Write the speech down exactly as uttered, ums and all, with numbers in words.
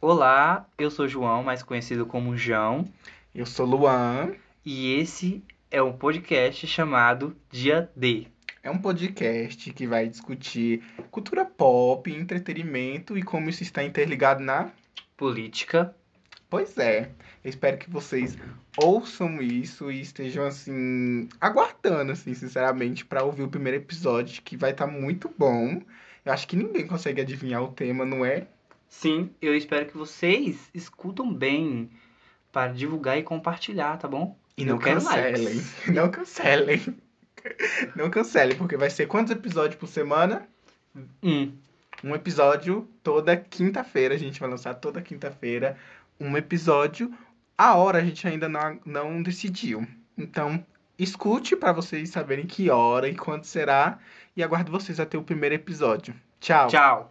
Olá, eu sou João, mais conhecido como João, Eu sou Luan. e esse é um podcast chamado Dia D. É um podcast que vai discutir cultura pop, entretenimento e como isso está interligado na. Política. Pois é, eu espero que vocês ouçam isso e estejam assim aguardando, assim, sinceramente, para ouvir o primeiro episódio, que vai estar muito bom. Eu acho que ninguém consegue adivinhar o tema, não é? Sim, eu espero que vocês escutam bem para divulgar e compartilhar, tá bom? E Eu não quero cancelem, likes. não cancelem, não cancelem, porque vai ser quantos episódios por semana? Hum, Um episódio toda quinta-feira. A gente vai lançar toda quinta-feira um episódio. A hora a gente ainda não, não decidiu. Então, escute para vocês saberem que hora e quando será. E aguardo vocês até o primeiro episódio. Tchau! tchau.